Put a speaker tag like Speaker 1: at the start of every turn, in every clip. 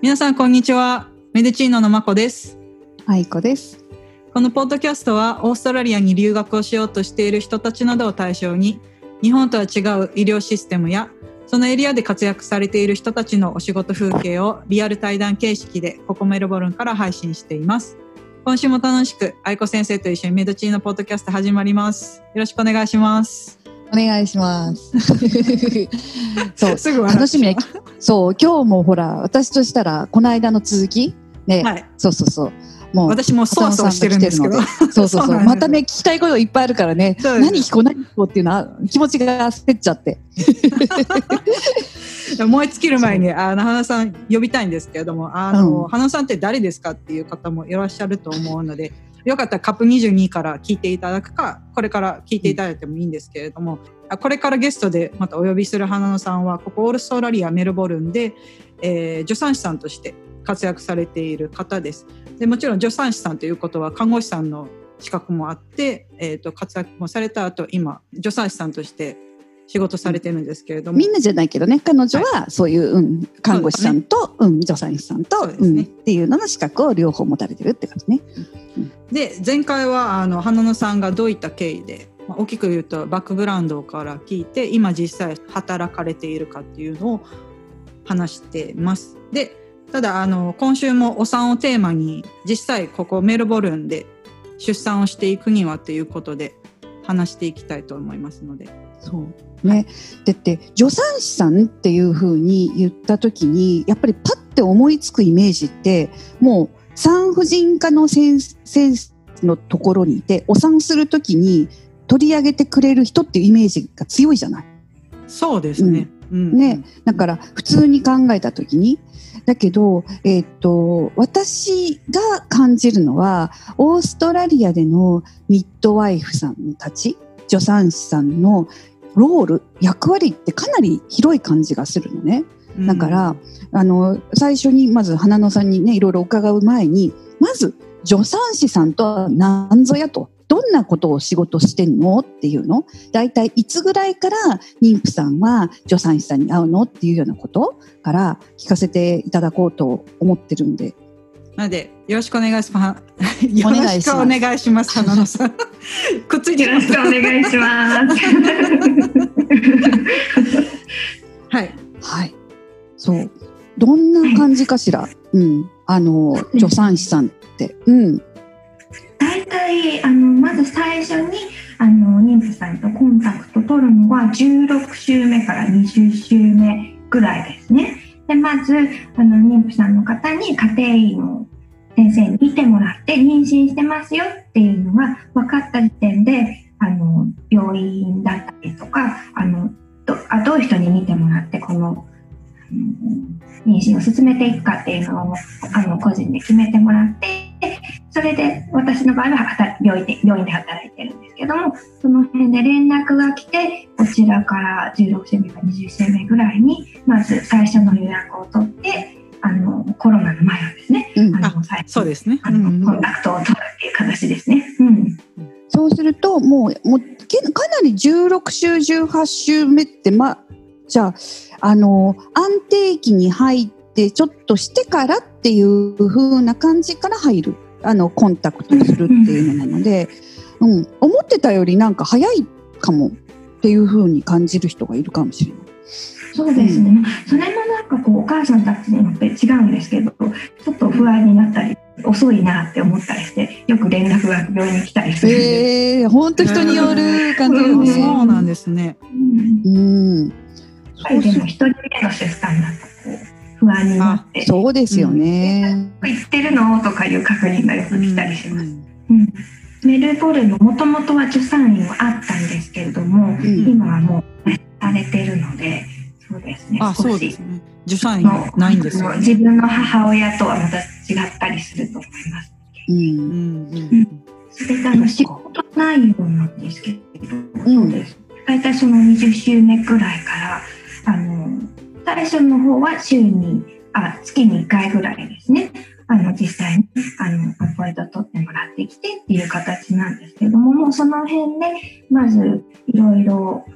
Speaker 1: 皆さんこんにちは。メデチーノのまこです。
Speaker 2: 愛子です。
Speaker 1: このポッドキャストはオーストラリアに留学をしようとしている人たちなどを対象に、日本とは違う医療システムやそのエリアで活躍されている人たちのお仕事風景をリアル対談形式でここメルボルンから配信しています。今週も楽しく愛子先生と一緒にメデチーノポッドキャスト始まります。よろしくお願いします。
Speaker 2: お願いしますそう
Speaker 1: すぐ
Speaker 2: 楽しみ。そう今日もほら私としたらこの間の続きね、はい、そうもう
Speaker 1: 私もそわそわしてるんですけど
Speaker 2: そうまたね聞きたいこといっぱいあるからね、何聞こうっていうのは気持ちが焦っちゃって
Speaker 1: 燃え尽きる前に花さん呼びたいんですけれども、花さんって誰ですかっていう方もいらっしゃると思うので、よかったらカップ22から聞いていただくか、これから聞いていただいてもいいんですけれども、これからゲストでまたお呼びする花野さんはここオーストラリアメルボルンで、助産師さんとして活躍されている方です。でもちろん助産師さんということは看護師さんの資格もあって、活躍もされた後今助産師さんとして仕事されてるんですけれども、
Speaker 2: みんなじゃないけどね、彼女はそういう、看護師さんと、助産師さんと、っていうのの資格を両方持たれてるって感じね。
Speaker 1: で前回は花野さんがどういった経緯で、大きく言うとバックグラウンドから聞いて今実際働かれているかっていうのを話しています。でただ今週もお産をテーマに実際ここメルボルンで出産をしていくにはということで話していきたいと思いますので。
Speaker 2: そうね、だって助産師さんっていう風に言った時にやっぱりパッて思いつくイメージってもう産婦人科の先生のところにいてお産する時に取り上げてくれる人っていうイメージが強いじゃない。
Speaker 1: そうですね、
Speaker 2: ね、だから普通に考えた時にだけど、私が感じるのはオーストラリアでのミッドワイフさんたち助産師さんのロール役割ってかなり広い感じがするのね。だから、最初にまず花野さんにねいろいろ伺う前にまず助産師さんとは何ぞやと、どんなことを仕事してんのっていうの、だいたいいつぐらいから妊婦さんは助産師さんに会うのっていうようなことから聞かせていただこうと思ってるんで、
Speaker 1: なのでよろしくお願いします。よろしくお願いします。花野さんくっついて
Speaker 3: よろしくお願いします
Speaker 2: はい、そうどんな感じかしら、助産師さんって、
Speaker 3: 大体まず最初に妊婦さんとコンタクト取るのは16週目から20週目ぐらいですね。でまず妊婦さんの方に家庭医の先生に見てもらって妊娠してますよっていうのが分かった時点で病院だったりとかどういう人に見てもらってこの妊娠を進めていくかっていうのを個人で決めてもらって、それで私の場合は病院で働いてるんですけども、その辺で連絡が来てこちらから16週目から20週目ぐらいにまず最初の予約を取ってコロナの前はですね、
Speaker 1: そうですね、
Speaker 3: コンタクトを取るっていう形ですね。
Speaker 2: そうするともうかなり16週18週目ってじゃあ安定期に入ってちょっとしてからっていう風な感じから入るコンタクトするっていうのなので、思ってたよりなんか早いかもっていう風に感じる人がいるかもしれない。
Speaker 3: そうですね、それもなんかお母さんたちによって違うんですけど、ちょっと不安になったり遅いなって思ったりしてよく連絡が病院に来たりするんで、
Speaker 2: 本当人による感じですね。
Speaker 1: そうなんですね。
Speaker 3: でも1人目の出産だと不安になって、
Speaker 2: そうですよね、
Speaker 3: 言ってるのとかいう確認がよく来たりします。メルボルンももともとは助産院はあったんですけれども、今はもうされてるので、そうですね、
Speaker 1: そうですね、助産院ないんですよね。
Speaker 3: 自分の母親とはまた違ったりすると思います。それで仕事内容なんですけど、そうです。大体その20週目くらいから最初の方は月に1回ぐらいですね、実際にアポイント取ってもらってきてっていう形なんですけども、もうその辺でまずいろいろ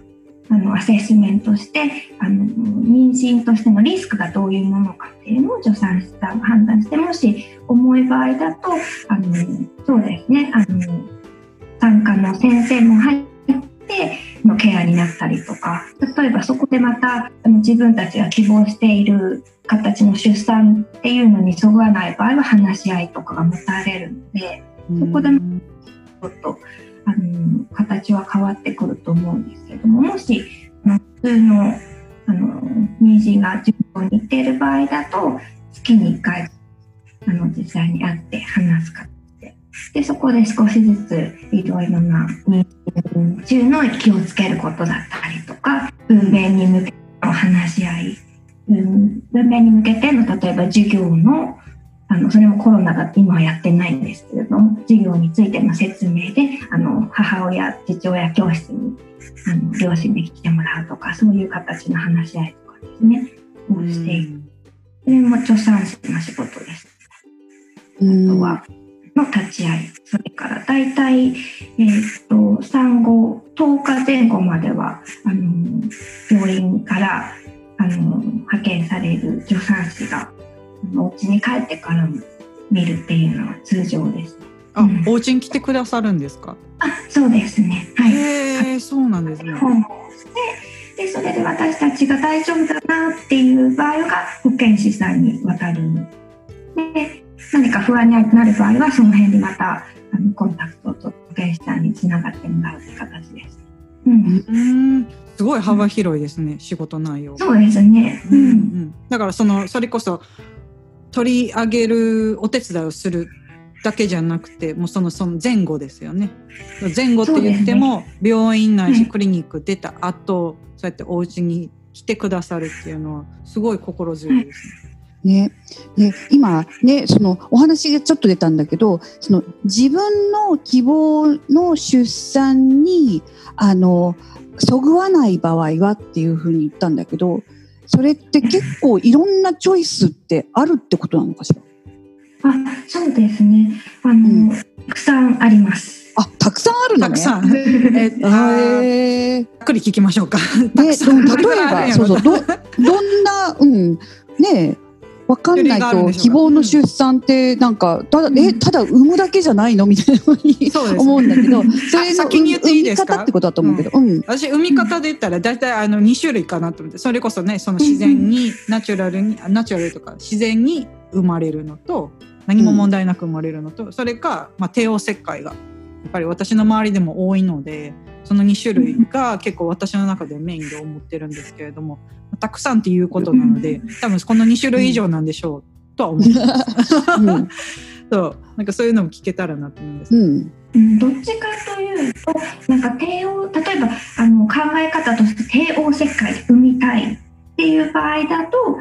Speaker 3: アセスメントして妊娠としてのリスクがどういうものかっていうのを助産師さんが判断して、もし重い場合だとそうですね産科の先生も入ってのケアになったりとか、例えばそこでまた自分たちが希望している形の出産っていうのにそぐわない場合は話し合いとかが持たれるので、そこでもちょっと形は変わってくると思うんですけども、もし普通の妊娠が順調にいっている場合だと月に1回実際に会って話す形で、そこで少しずついろいろな妊娠中の気をつけることだったりとか、分娩に向けての話し合い、分娩に向けての例えば授業のそれもコロナが今はやってないんですけれども、授業についての説明で母親父親教室に両親で来てもらうとか、そういう形の話し合いとかですねをしている。それも助産師の仕事です。あとはの立ち会い、それからだいたい産後10日前後までは病院から派遣される助産師がお家に帰ってからも見るっていうのは通常です。
Speaker 1: お家に来てくださるんですか？
Speaker 3: そうですね。はい。
Speaker 1: そうなんですね。
Speaker 3: でそれで私たちが大丈夫だなっていう場合が保健師さんに渡る。で何か不安になる場合はその辺でまたコンタクトと保健師さんにつながってもらうって形です。
Speaker 1: すごい幅広いですね、仕事内容。
Speaker 3: そうですね。
Speaker 1: だからそれこそ取り上げるお手伝いをするだけじゃなくて、もうその前後ですよね。前後って言っても、病院ないしクリニック出た後、そうやってお家に来てくださるっていうのはすごい心強いですね。
Speaker 2: 今ね、お話がちょっと出たんだけど、自分の希望の出産にそぐわない場合はっていうふうに言ったんだけど、それって結構いろんなチョイスってあるってことなのかしら？
Speaker 3: そうですね。たくさんあります。
Speaker 2: たくさんあるのね。
Speaker 1: たくさん。ざっくり聞きましょうか。
Speaker 2: 例えば、どんなわかんないと希望の出産ってなんかただ産むだけじゃないのみたいなふうに思うんだけど、それの
Speaker 1: 先に言っていいですか？
Speaker 2: 産み方ってことだと思うけど、
Speaker 1: 私産み方で言ったら大体2種類かなと思って、それこそね、その自然にナチュラルとか自然に生まれるのと、何も問題なく生まれるのと、それか、帝王切開がやっぱり私の周りでも多いので、その2種類が結構私の中でメインで思ってるんですけれども、たくさんっていうことなので、多分この2種類以上なんでしょうとは思ってます。なんかそういうのも聞けたらなと思うんです。
Speaker 3: どっちかというと、なんか例えば考え方として帝王切開で産みたいっていう場合だと、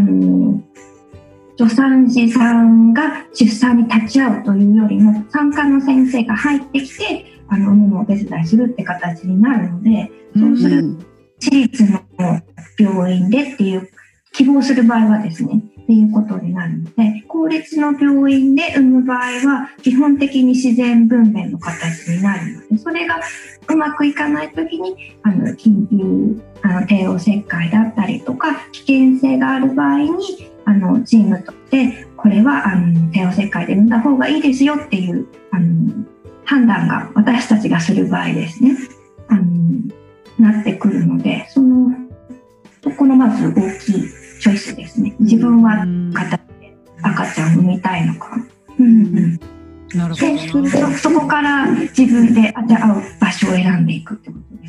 Speaker 3: 助産師さんが出産に立ち会うというよりも、産科の先生が入ってきて産むのをお手伝いするって形になるので、そうする私立の病院でっていう希望する場合はですねっていうことになるので、公立の病院で産む場合は基本的に自然分娩の形になるので、それがうまくいかないときに緊急帝王切開だったりとか危険性がある場合にチームとしてこれは帝王切開で産んだ方がいいですよっていう判断が私たちがする場合ですねなってくるので、そこのまず大きいチョイスですね。自分は形で赤ちゃんを産みたいのか、
Speaker 1: なるほど。
Speaker 3: でそこから自分で会う場所を選んでいくってことです。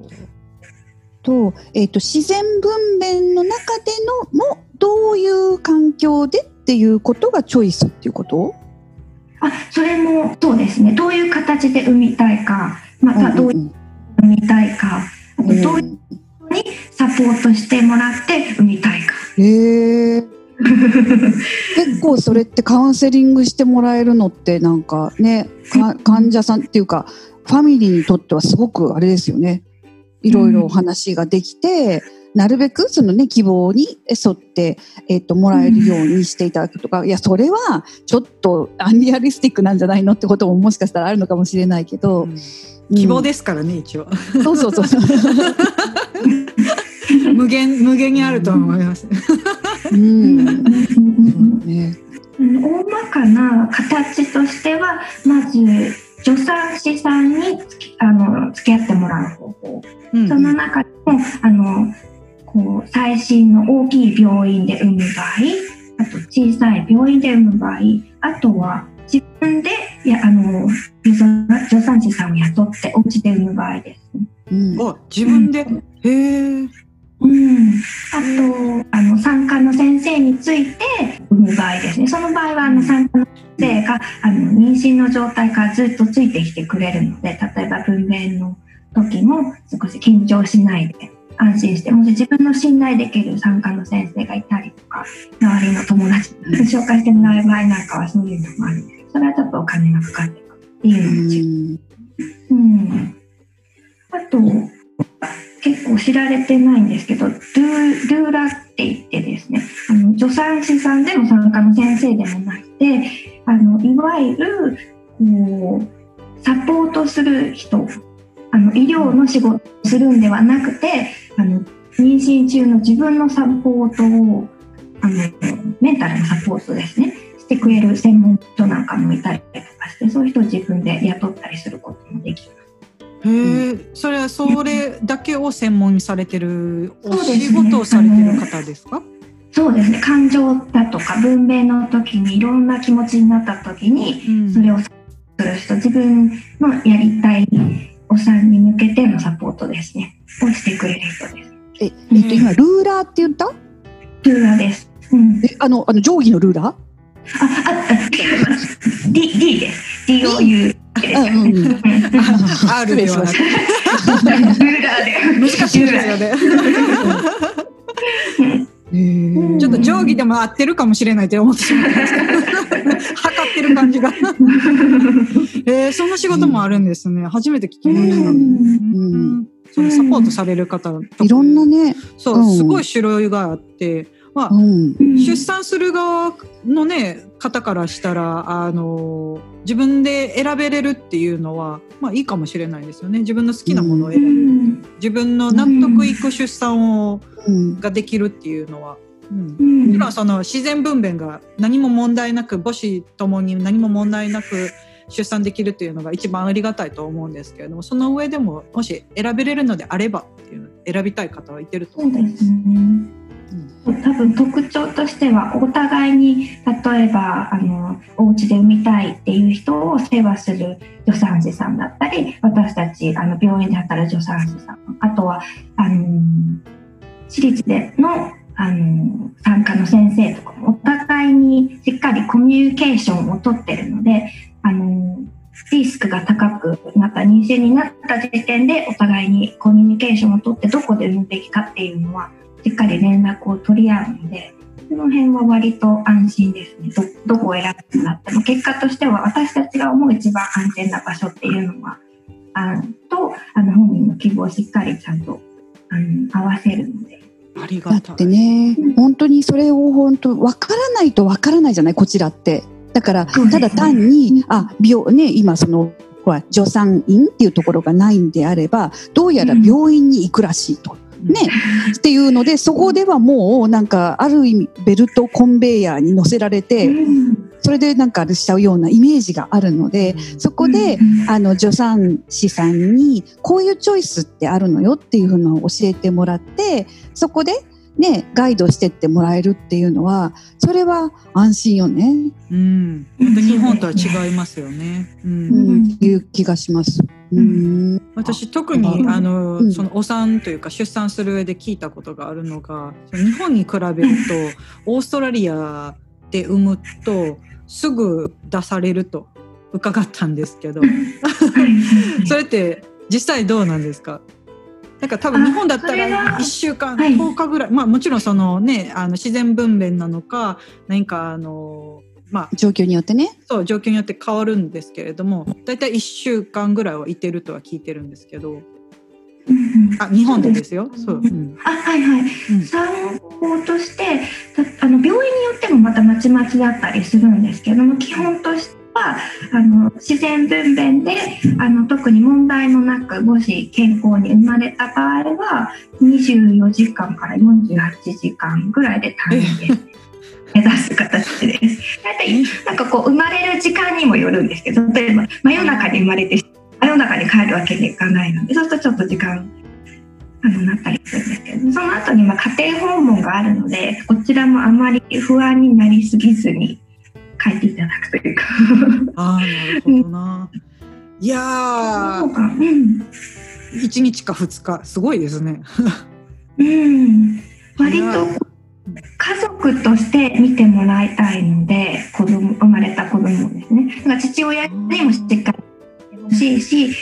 Speaker 2: 自然分娩の中でのもどういう環境でっていうことがチョイスっていうこと？
Speaker 3: それもそうですね。どういう形で産みたいか、またどういう産みたいか、あとどういう人にサポートしてもらって産みたいか。
Speaker 2: 結構それってカウンセリングしてもらえるのってなんかね、患者さんっていうかファミリーにとってはすごくあれですよね。いろいろお話ができて、なるべくそのね希望に沿ってもらえるようにしていただくとか、いやそれはちょっとアンリアリスティックなんじゃないのってことももしかしたらあるのかもしれないけど、
Speaker 1: 希望ですからね、一応。
Speaker 2: そうそうそう
Speaker 1: 無限にあると思います。
Speaker 2: ね、
Speaker 3: 大まかな形としては、まず助産師さんに付き合ってもらう方法、その中でもこう最新の大きい病院で産む場合、あと小さい病院で産む場合、あとは自分で助産師さんを雇ってお家で産む場合です、
Speaker 1: 自分で、へえ。
Speaker 3: あと産科の先生について産む場合ですね。その場合は産科の先生が妊娠の状態からずっとついてきてくれるので、例えば分娩の時も少し緊張しないで安心して、もし自分の信頼できる産科の先生がいたりとか、周りの友達に紹介してもらう場合なんかはそういうのもあるんですけど、それはちょっとお金がかかってくるっていうのがあと結構知られてないんですけど、ドゥーラって言ってですね、助産師さんでも産科の先生でもなくて、いわゆるサポートする人、医療の仕事をするんではなくて、妊娠中の自分のサポートをメンタルのサポートですね、してくれる専門家なんかもいたりとかして、そういう人を自分で雇ったりすることもできます。
Speaker 1: それはそれだけを専門にされてるお仕事をされてる方ですか？
Speaker 3: そうですね、感情だとか分娩の時にいろんな気持ちになった時に、それをする人、自分のやりたいお産に向けてのサポートですねをしてくれる人です。
Speaker 2: 今ルーラーって言った？
Speaker 3: ルーラーです。
Speaker 2: 定規のルーラー
Speaker 3: ？D です。DOU。
Speaker 1: R ではなくルーラーで難しいですよね。ちょっと定規でも合ってるかもしれないって思ってしまったんですけど測ってる感じがそんな仕事もあるんですね。初めて聞きました。そのサポートされる方
Speaker 2: いろんなね、
Speaker 1: すごい種類があって、出産する側のね方からしたら自分で選べれるっていうのは、いいかもしれないですよね。自分の好きなものを選べる、自分の納得いく出産ができるっていうのは、もちろんその自然分娩が何も問題なく、母子ともに何も問題なく出産できるっていうのが一番ありがたいと思うんですけれども、その上でももし選べれるのであればっていうの選びたい方はいてると思うんです。
Speaker 3: 多分特徴としては、お互いに例えばお家で産みたいっていう人を世話する助産師さんだったり、私たち病院で働く助産師さん、あとは私立での産科の先生とかもお互いにしっかりコミュニケーションをとってるので、リスクが高くなった妊娠になった時点でお互いにコミュニケーションをとって、どこで産むべきかっていうのはしっかり連絡を取り合うので、その辺は割と安心ですね。どこを選ぶになっても結果としては私たちが思う一番安全な場所っていうのは本人の希望をしっかりちゃんと合わせるので。
Speaker 1: ありがたい。
Speaker 2: だってね、本当にそれを分からないと分からないじゃない、こちらって。だからただ単に今その助産院っていうところがないんであれば、どうやら病院に行くらしいと。っていうので、そこではもうなんかある意味ベルトコンベヤーに乗せられて、それでなんかしちゃうようなイメージがあるので、そこで助産師さんにこういうチョイスってあるのよっていうのを教えてもらって、そこでガイドしてってもらえるっていうのは、それは安心よね。
Speaker 1: 本当日本とは違いますよね。
Speaker 2: いう気がします。
Speaker 1: 私特にそのお産というか出産する上で聞いたことがあるのが、日本に比べるとオーストラリアで産むとすぐ出されると伺ったんですけどそれって実際どうなんですか？なんか多分日本だったら1週間10日ぐらい、もちろんその自然分娩なのか何か
Speaker 2: 状況によってね、
Speaker 1: そう状況によって変わるんですけれども、だいたい1週間ぐらいはいてるとは聞いてるんですけど、日本でですよ。参
Speaker 3: 考として病院によってもまたまちまちだったりするんですけども、基本としは自然分娩で特に問題もなくもし健康に生まれた場合は24時間から48時間ぐらいで退院です目指す形です。大体なんかこう生まれる時間にもよるんですけど、例えば真夜中に生まれて真夜中に帰るわけにいかないので、そうするとちょっと時間なったりするんですけど、その後に家庭訪問があるので、こちらもあまり不安になりすぎずに帰っていただくというか
Speaker 1: ああ、なるほどな。いやー、1日か2日すごいですね
Speaker 3: 割と家族として見てもらいたいので、生まれた子供ですね。だから父親にもしっかりしてほしいし、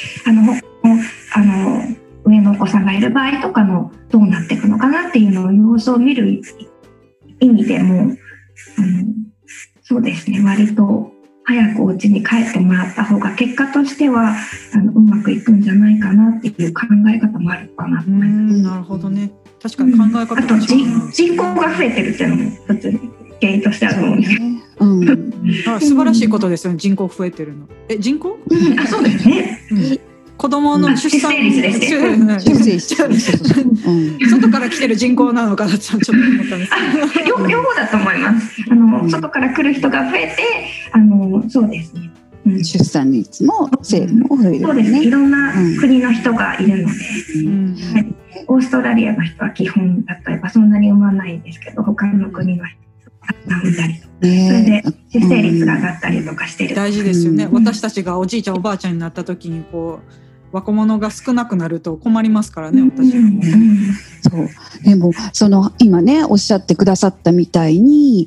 Speaker 3: 上のお子さんがいる場合とかのどうなっていくのかなっていうのを様子を見る意味でもそうですね、割と早くお家に帰ってもらった方が結果としてはうまくいくんじゃないかなっていう考え方もあるかなと思います。
Speaker 1: なるほどね。確かに考え方が違うな。
Speaker 3: あと人口が増えてるっていうのも一つ原因としてあると思うんですけど、
Speaker 1: 素晴らしいことですよね。人口増えてるの。人口？
Speaker 3: そうですね。
Speaker 1: 子供の出産
Speaker 3: 率ですね。
Speaker 1: 外から来てる人口なのかなってちょっと思ったんですけど。
Speaker 3: 両方だと思います。外から来る人が増えて、そうですね。
Speaker 2: 出産率も生理も増える、ね。
Speaker 3: そうですね。いろんな国の人がいるので、オーストラリアの人は基本例えばそんなに産まないですけど、他の国の人が産んだりとか、それで出生率が上がったりとかしてる。
Speaker 1: 大事ですよね。私たちがおじいちゃんおばあちゃんになった時に若者が少なくなると困りますからね、私はもう。
Speaker 2: そうでも今ねおっしゃってくださったみたいに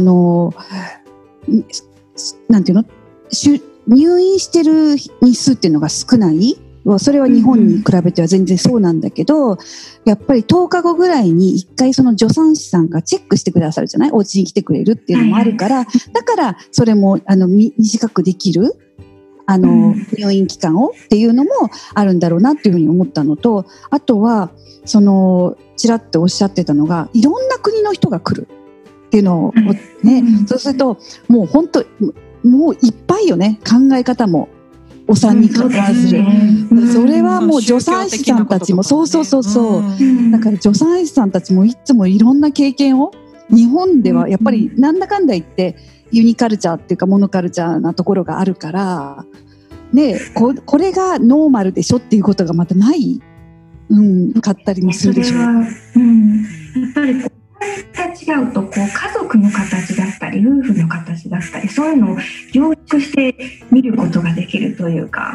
Speaker 2: なんていうの、入院してる日数っていうのが少ない。それは日本に比べては全然そうなんだけど、やっぱり10日後ぐらいに1回その助産師さんがチェックしてくださるじゃない、お家に来てくれるっていうのもあるから、だからそれも短くできる入院期間をっていうのもあるんだろうなっていうふうに思ったのと、あとはちらっとおっしゃってたのが、いろんな国の人が来るっていうのをね、そうするともう本当もういっぱいよね、考え方もお産に関する、それはもう助産師さんたちもそう、だから助産師さんたちもいつもいろんな経験を、日本ではやっぱりなんだかんだ言ってユニカルチャーっていうかモノカルチャーなところがあるから、ね、これがノーマルでしょっていうことがまたないかったりもするでしょう。
Speaker 3: それは、やっぱり違うと家族の形だったり夫婦の形だったり、そういうのを凝縮して見ることができるというか、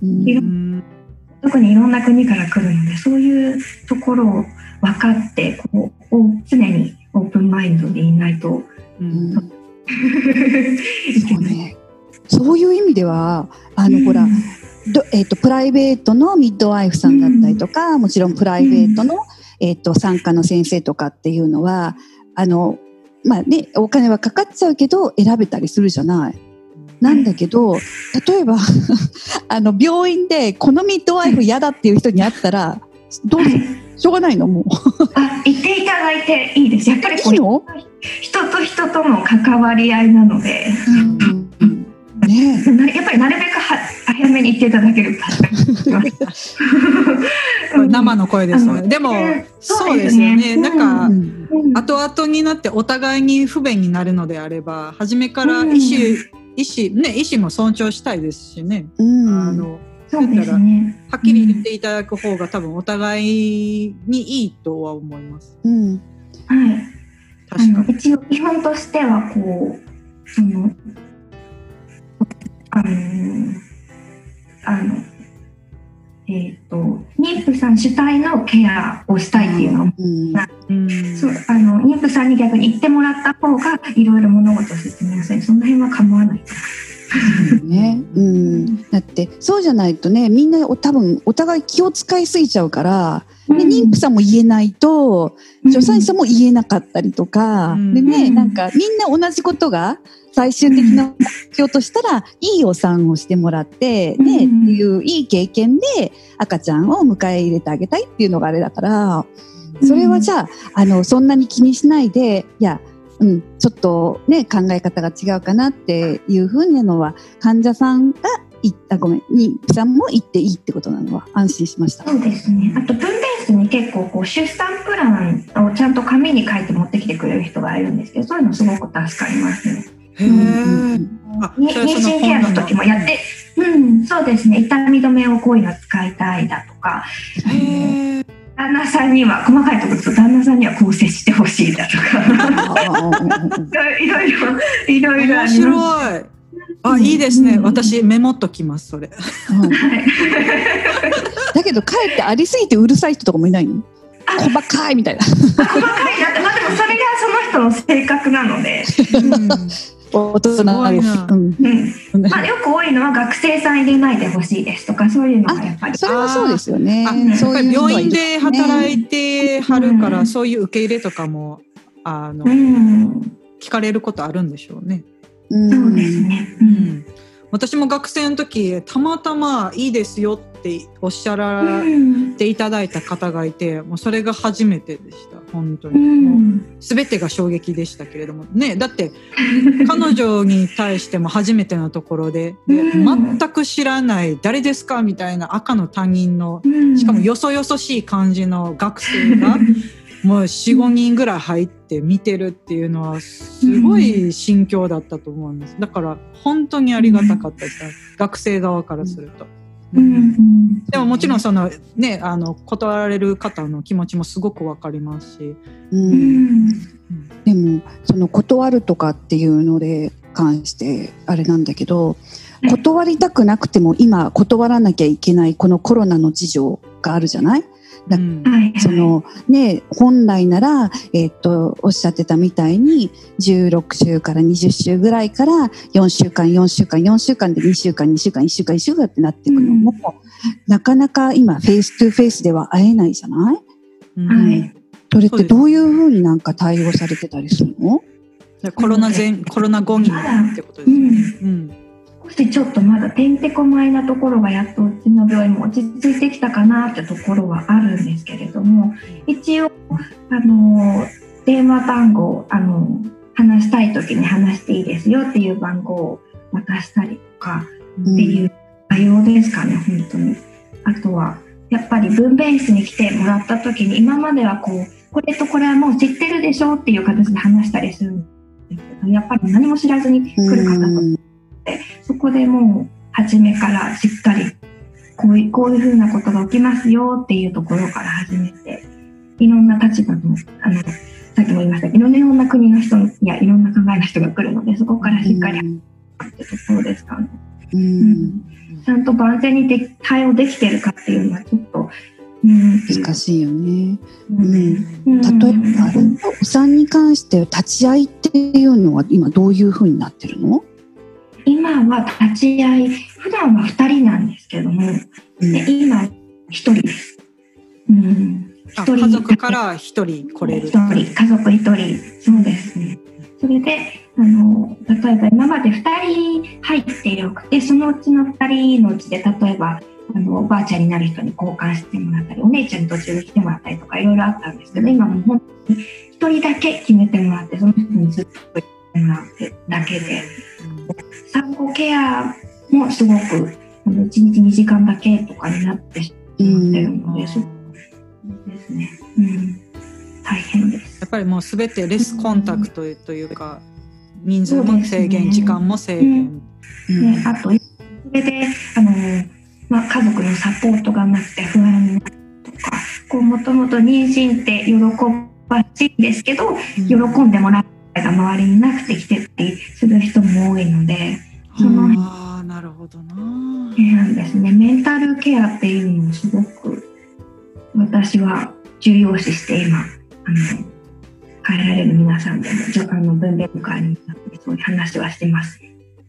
Speaker 3: 特にいろんな国から来るので、そういうところを分かって常にオープンマインドでいないと、
Speaker 2: そういう意味ではほらプライベートのミッドワイフさんだったりとか、もちろんプライベートの、産科の先生とかっていうのはお金はかかっちゃうけど選べたりするじゃない。なんだけど例えば病院でこのミッドワイフ嫌だっていう人に会ったらどうしょうがないの、もう
Speaker 3: 言っていただいていいです。やっぱり人と人との関わり合いなので、やっぱりなるべく早めに言っていただけると
Speaker 1: 生の声ですね。でもそうですよね。なんか後々になってお互いに不便になるのであれば、初めから意思も尊重したいですしね。
Speaker 3: そうですね。
Speaker 1: はっきり言っていただく方が多分お互いにいいとは思います。確かに。
Speaker 3: 一応基本としては妊婦さん主体のケアをしたいっていうのを、妊婦さんに逆に言ってもらった方がいろいろ物事を説明する、その辺は構わない
Speaker 2: だってそうじゃないとね、みんな多分お互い気を使いすぎちゃうから、妊婦さんも言えないと助産師さんも言えなかったりとか、でね、なんかみんな同じことが最終的な目標としたら、いいお産をしてもらってね、っていういい経験で赤ちゃんを迎え入れてあげたいっていうのがあれだから、それはじゃあそんなに気にしないで、いやちょっとね考え方が違うかなっていうふうなのは患者さんが妊婦さんも言っていいってことなのは安心しました。
Speaker 3: そうですね。あと分娩室に結構出産プランをちゃんと紙に書いて持ってきてくれる人がいるんですけど、そういうのすごく助かりますね。
Speaker 1: 妊
Speaker 3: 娠ケアの時もやって、そうですね。痛み止めをこういうの使いたいだとか、旦那さんには細かいところと旦那さんにはこう接してほしいだとかいろいろ
Speaker 1: 面白い。いいですね。私メモっときますそれ。
Speaker 2: だけどかえってありすぎてうるさい人とかもいないの？細かいみたいな。
Speaker 3: 細かいなって、でもそれがその人の性格なので。
Speaker 2: 大人です。よ
Speaker 3: く多いのは学生さん入れないでほしいですとか、そういうのがやっぱり。
Speaker 2: それはそうですよね。
Speaker 1: そういう病院で働いてはるから、そういう受け入れとかも聞かれることあるんでしょうね。
Speaker 3: そうですね。
Speaker 1: 私も学生の時たまたまいいですよっておっしゃられていただいた方がいて、もうそれが初めてでした。本当に全てが衝撃でしたけれどもね。だって彼女に対しても初めてのところで、全く知らない誰ですかみたいな赤の他人の、しかもよそよそしい感じの学生がもう 4,5 人ぐらい入って見てるっていうのはすごい心境だったと思うんです。だから本当にありがたかったです、学生側からすると。でももちろんそのね、断られる方の気持ちもすごくわかりますし、
Speaker 2: でもその断るとかっていうので関してあれなんだけど、断りたくなくても今断らなきゃいけないこのコロナの事情があるじゃない。そのね、本来なら、おっしゃってたみたいに16週から20週ぐらいから4週間4週間4週間で2週間2週間1週間1週間ってなっていくのも、なかなか今フェイストゥフェイスでは会えないじゃない、それってどういうふうになんか対応されてたりするの？
Speaker 1: コロナ後にってことですね。
Speaker 3: ちょっとまだてんてこまいなところがやっとうちの病院も落ち着いてきたかなってところはあるんですけれども、一応電話番号話したい時に話していいですよっていう番号を渡したりとかっていう対応ですかね、本当に。あとはやっぱり分娩室に来てもらった時に、今まではこれとこれはもう知ってるでしょっていう形で話したりするんですけど、やっぱり何も知らずに来る方とそこでもう初めからしっかりこういうふうなことが起きますよっていうところから始めて、いろんな立場のさっきも言いましたけど、いろんな国の人やいろんな考えの人が来るので、そこからしっかりってところですかね。ちゃんと万全に対応できてるかっていうのはちょっと
Speaker 2: 難しいよね。例えばお産に関して立ち会いっていうのは今どういうふうになってるの？
Speaker 3: 今は立ち会い、普段は2人なんですけども、今1人です。
Speaker 1: 家族から1人来れる。
Speaker 3: 家族1人、そうですね。それで例えば今まで2人入ってよくて、そのうちの2人のうちで例えばおばあちゃんになる人に交換してもらったり、お姉ちゃんに途中で来てもらったりとかいろいろあったんですけど、今もう本当に1人だけ決めてもらって、その人にずっと言ってもらってだけで、産後ケアもすごく1日2時間だけとかになってしまってるので、そうですね、大変です。
Speaker 1: やっぱりもうすべてレスコンタクトというか、人数も制限、時間も制限、
Speaker 3: あとそれで家族のサポートがなくて不安になるとか、もともと妊娠って喜ばしいんですけど、喜んでもらうが周りになくて来てたりする人も多いので、
Speaker 1: なるほどな。
Speaker 3: なんですね。メンタルケアっていうのをすごく私は重要視して今帰られる皆さんでも分娩会になってそういう話はしてます。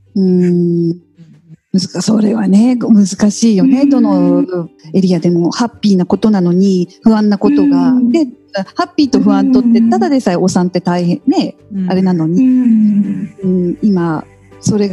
Speaker 2: それはね難しいよね。どのエリアでもハッピーなことなのに不安なことが、でハッピーと不安とってただでさえお産って大変ね、あれなのに、今それが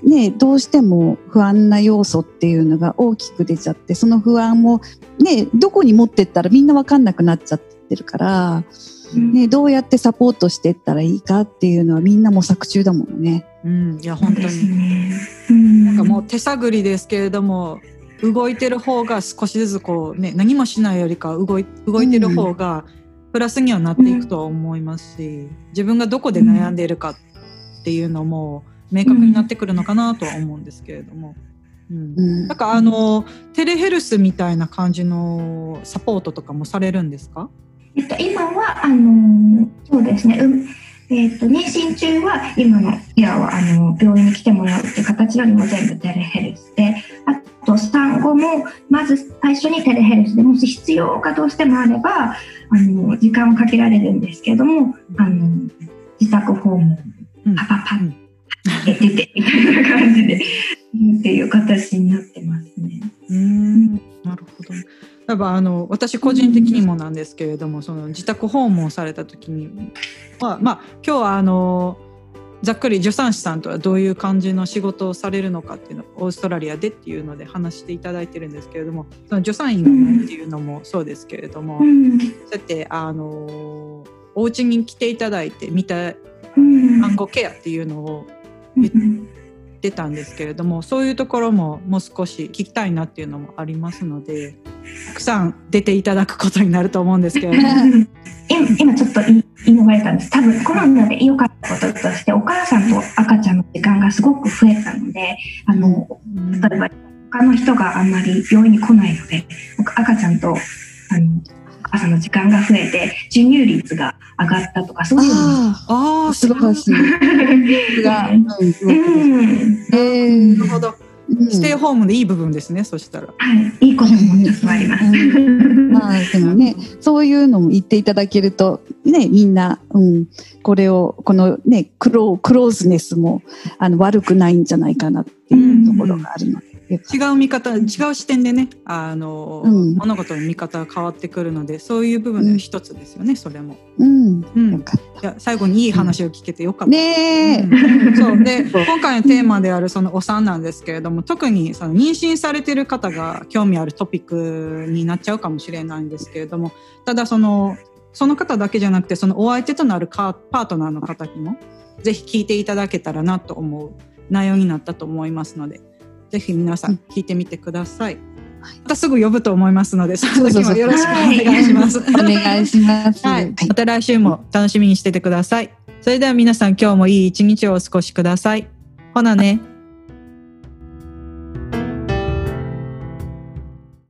Speaker 2: ね、どうしても不安な要素っていうのが大きく出ちゃって、その不安も、ね、どこに持ってったらみんな分かんなくなっちゃってるから、ね、どうやってサポートしていったらいいかっていうのはみんな模索中だもんね。
Speaker 1: いや本当に、なんかもう手探りですけれども、動いてる方が少しずつこう、ね、何もしないよりか動いてる方がプラスにはなっていくと思いますし、自分がどこで悩んでいるかっていうのも明確になってくるのかなとは思うんですけれども、なんかテレヘルスみたいな感じのサポートとかもされるんですか？
Speaker 3: 今はそうですね、妊娠中は今の病院に来てもらうっていう形よりも全部テレヘルスで、あと産後もまず最初にテレヘルスで、もし必要がどうしてもあれば時間をかけられるんですけども、自宅訪問パパパッ出てみたいな感じでっていう形になってますね。
Speaker 1: なるほど。やっぱ私個人的にもなんですけれども、その自宅訪問された時には、今日はざっくり助産師さんとはどういう感じの仕事をされるのかっていうのをオーストラリアでっていうので話していただいてるんですけれども、その助産院っていうのもそうですけれども、そうやってお家に来ていただいて見た産後ケアっていうのを言ってたんですけれども、そういうところももう少し聞きたいなっていうのもありますので、たくさん出ていただくことになると思うんですけれども
Speaker 3: 今ちょっと言い逃れたんです。多分コロナで良かったこととして、お母さんと赤ちゃんの時間がすごく増えたので、例えば他の人があんまり病院に来ないので、赤ちゃんと朝の時間が増えて授乳率が上がったとか、そういうの
Speaker 2: 素晴らしい
Speaker 1: なるほど。ステイホームでいい部分ですね。そしたら、
Speaker 3: いいこともちょっとあります。
Speaker 2: でもね、そういうのも言っていただけるとね、みんな、このねクローズネスも悪くないんじゃないかなっていうところがあるので、
Speaker 1: 違う見方、違う視点でね、物事の見方が変わってくるので、そういう部分の一つですよね、それも。いや、最後にいい話を聞けてよかった。そうで、今回のテーマであるそのお産なんですけれども、特にその妊娠されている方が興味あるトピックになっちゃうかもしれないんですけれども、ただその方だけじゃなくて、そのお相手となるパートナーの方にもぜひ聞いていただけたらなと思う内容になったと思いますので、ぜひ皆さん聞いてみてください。またすぐ呼ぶと思いますので、その時もよろしくお願いします。
Speaker 2: お願いします。
Speaker 1: また来週も楽しみにしててください。それでは皆さん、今日もいい一日をお過ごしください。ほなね。